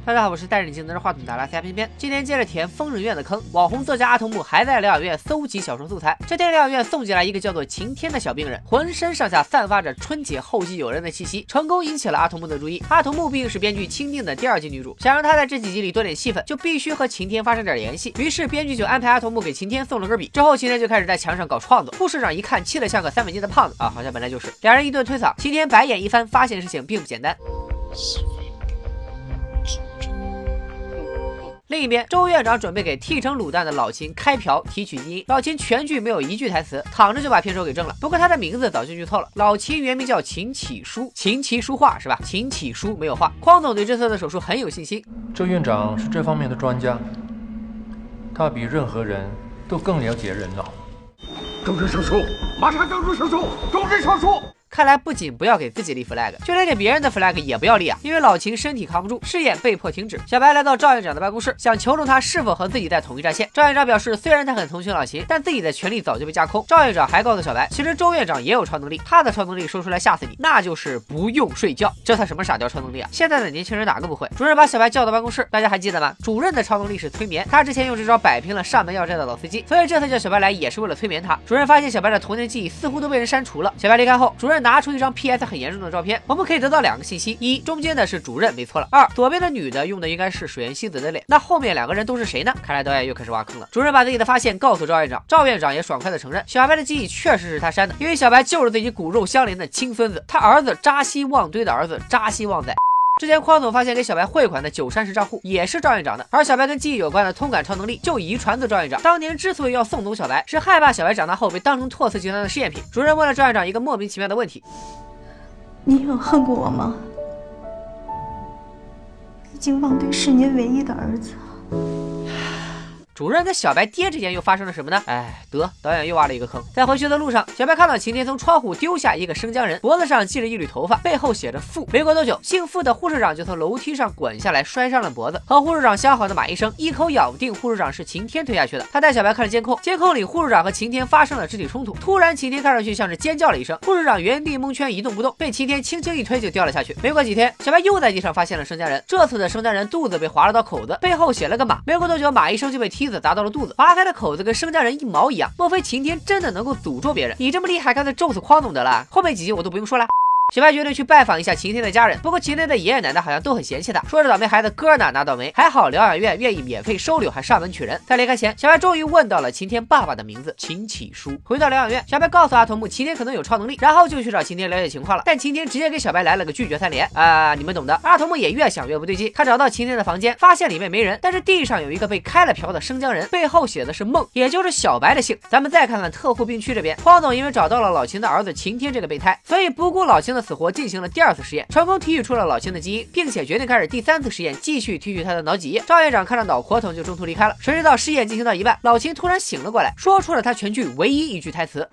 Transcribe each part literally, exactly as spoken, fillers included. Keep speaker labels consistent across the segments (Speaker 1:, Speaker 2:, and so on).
Speaker 1: 大家好，我是戴着眼镜拿着话筒的拉斯加偏偏。今天接着填疯人院的坑，网红作家阿童木还在疗养院搜集小说素材。这天疗养院送进来一个叫做晴天的小病人，浑身上下散发着春节后继有人的气息，成功引起了阿童木的注意。阿童木毕竟是编剧钦定的第二季女主，想让她在这几集里多点戏份，就必须和晴天发生点联系。于是编剧就安排阿童木给晴天送了根笔，之后晴天就开始在墙上搞创作。护士长一看气得像个三百斤的胖子啊，好像本来就是。两人一顿推搡，晴天白眼一番，发现事情并不简单。另一边，周院长准备给剃成卤蛋的老秦开瓢提取基因。老秦全剧没有一句台词，躺着就把片酬给挣了。不过他的名字早就剧透了，老秦原名叫秦启书，琴棋书画是吧？秦启书没有画。匡总对这次的手术很有信心。
Speaker 2: 周院长是这方面的专家，他比任何人都更了解人脑。
Speaker 3: 终止手术，马上终止手术，终止手术。
Speaker 1: 看来不仅不要给自己立 flag， 就连给别人的 flag 也不要立啊！因为老秦身体扛不住，试验被迫停止。小白来到赵院长的办公室，想求助他是否和自己在同一战线。赵院长表示，虽然他很同情老秦，但自己的权力早就被架空。赵院长还告诉小白，其实周院长也有超能力，他的超能力说出来吓死你，那就是不用睡觉。这算什么傻屌超能力啊？现在的年轻人哪个不会？主任把小白叫到办公室，大家还记得吗？主任的超能力是催眠，他之前用这招摆平了上门要债的老司机，所以这次叫小白来也是为了催眠他。主任发现小白的童年记忆似乎都被人删除了。小白离开后，主任拿出一张 P S。很严重的照片，我们可以得到两个信息：一，中间的是主任，没错了；二，左边的女的用的应该是水原希子的脸。那后面两个人都是谁呢？看来导演又开始挖坑了。主任把自己的发现告诉赵院长，赵院长也爽快的承认，小白的记忆确实是他删的，因为小白就是自己骨肉相连的亲孙子，他儿子扎西旺堆的儿子扎西旺仔。之前匡总发现给小白汇款的九山市账户也是赵院长的，而小白跟记忆有关的通感超能力就遗传自赵院长。当年之所以要送走小白，是害怕小白长大后被当成拓次集团的试验品。主任问了赵院长一个莫名其妙的问题：
Speaker 4: 你有恨过我吗？已经忘对是您唯一的儿子。
Speaker 1: 主任跟小白爹之间又发生了什么呢？哎，得导演又挖了一个坑。在回去的路上，小白看到晴天从窗户丢下一个生姜人，脖子上系着一缕头发，背后写着傅。没过多久，姓傅的护士长就从楼梯上滚下来，摔伤了脖子。和护士长相好的马医生一口咬定护士长是晴天推下去的。他带小白看了监控，监控里护士长和晴天发生了肢体冲突。突然，晴天看上去像是尖叫了一声，护士长原地蒙圈一动不动，被晴天轻轻一推就掉了下去。没过几天，小白又在地上发现了生姜人，这次的生姜人肚子被划了道口子，背后写了个马。没过多久，马医生就被踢砸到了肚子，划开的口子跟生姜人一毛一样。莫非晴天真的能够诅咒别人？你这么厉害，干脆咒死匡总得了。后面几集我都不用说了。小白决定去拜访一下晴天的家人，不过晴天的爷爷奶奶好像都很嫌弃他，说着倒霉孩子哥哪拿倒霉，还好疗养院愿意免费收留，还上门取人。在离开前，小白终于问到了晴天爸爸的名字秦启书。回到疗养院，小白告诉阿童木晴天可能有超能力，然后就去找晴天了解情况了。但晴天直接给小白来了个拒绝三连啊、呃，你们懂的。阿童木也越想越不对劲，他找到晴天的房间，发现里面没人，但是地上有一个被开了瓢的生姜人，背后写的是梦，也就是小白的姓。咱们再看看特护病区这边，匡总因为找到了老秦的儿子晴天这个备胎，所以不顾老秦的死活进行了第二次实验，成功提取出了老秦的基因，并且决定开始第三次实验，继续提取他的脑脊液。赵院长看到脑壳疼就中途离开了。谁知道试验进行到一半，老秦突然醒了过来，说出了他全剧唯一一句台词。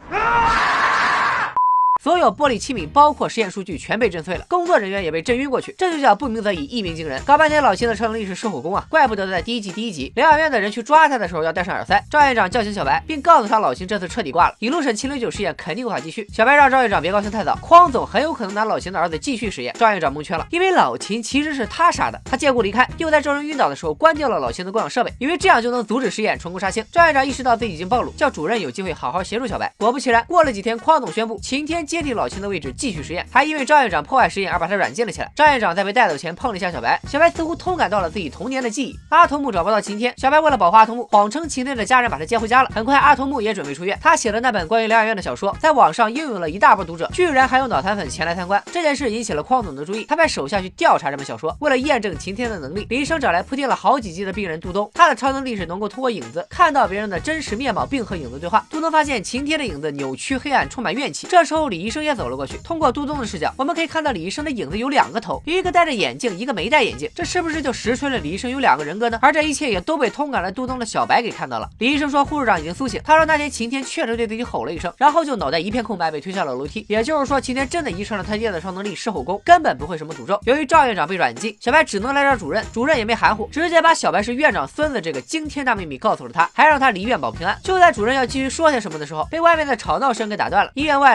Speaker 1: 所有玻璃器皿，包括实验数据，全被震碎了，工作人员也被震晕过去。这就叫不鸣则已，一鸣惊人。搞半天，老秦的超能力是狮吼功啊，怪不得在第一季第一集疗养院的人去抓他的时候要戴上耳塞。赵院长叫醒小白，并告诉他老秦这次彻底挂了，一路审七零九实验肯定无法继续。小白让赵院长别高兴太早，匡总很有可能拿老秦的儿子继续实验。赵院长蒙圈了，因为老秦其实是他杀的。他借故离开，又在众人晕倒的时候关掉了老秦的供氧设备，以为这样就能阻止实验成功杀青。赵院长意识到自己已经暴露，叫主任有机会好好协助小白。果不其然，过了几天，匡总宣布晴天接替老秦的位置继续实验，还因为赵院长破坏实验而把他软禁了起来。赵院长在被带走前碰了一下小白，小白似乎通感到了自己童年的记忆。阿童木找不到晴天，小白为了保护阿童木，谎称晴天的家人把他接回家了。很快，阿童木也准备出院，他写了那本关于疗养院的小说，在网上拥有了一大波读者，居然还有脑残粉前来参观。这件事引起了匡总的注意，他派手下去调查这本小说。为了验证晴天的能力，李医生找来铺垫了好几集的病人杜东，他的超能力是能够通过影子看到别人的真实面貌，并和影子对话。杜东发现晴天的影子扭曲黑暗，充满怨气。这时候李医生也走了过去，通过杜东的视角，我们可以看到李医生的影子有两个头，一个戴着眼镜，一个没戴眼镜，这是不是就实锤了李医生有两个人格呢？而这一切也都被通感了杜东的小白给看到了。李医生说护士长已经苏醒，他说那天晴天确实对自己吼了一声，然后就脑袋一片空白被推下了楼梯。也就是说晴天真的遗传了他爹的超能力狮吼功，根本不会什么诅咒。由于赵院长被软禁，小白只能来找主任，主任也没含糊，直接把小白是院长孙子这个惊天大秘密告诉了他，还让他离院保平安。就在主任要继续说些什么的时候，被外面的吵闹声给打断了。医院外来了一群车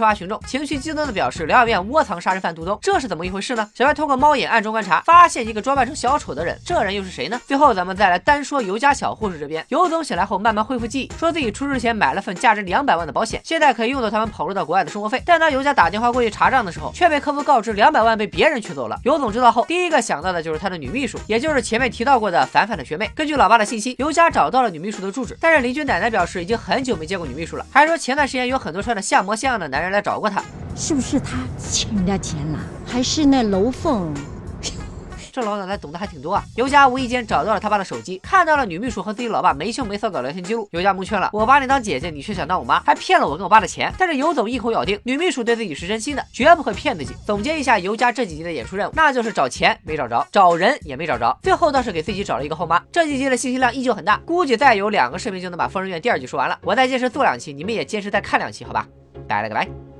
Speaker 1: 惩罚群众，情绪激动的表示疗养院窝藏杀人犯杜东，这是怎么一回事呢？小白通过猫眼暗中观察，发现一个装扮成小丑的人，这人又是谁呢？最后咱们再来单说尤家小护士这边，尤总醒来后慢慢恢复记忆，说自己出事前买了份价值两百万的保险，现在可以用到他们跑路到国外的生活费。但当尤家打电话过去查账的时候，却被客服告知两百万被别人取走了。尤总知道后，第一个想到的就是他的女秘书，也就是前面提到过的凡凡的学妹。根据老爸的信息，尤家找到了女秘书的住址，但是邻居奶奶表示已经很久没见过女秘书了，还说前段时间有很多穿的像模像样的男人来找过她。
Speaker 5: 是不是他欠人家钱了？还是那楼凤？
Speaker 1: 这老奶奶懂得还挺多啊！尤家无意间找到了他爸的手机，看到了女秘书和自己老爸没羞没臊搞聊天记录。尤家蒙圈了，我把你当姐姐，你却想当我妈，还骗了我跟我爸的钱。但是尤总一口咬定，女秘书对自己是真心的，绝不会骗自己。总结一下尤家这几集的演出任务，那就是找钱没找着，找人也没找着，最后倒是给自己找了一个后妈。这几集的信息量依旧很大，估计再有两个视频就能把疯人院第二季说完了。我再坚持做两期，你们也坚持再看两期，好吧？拜了个拜。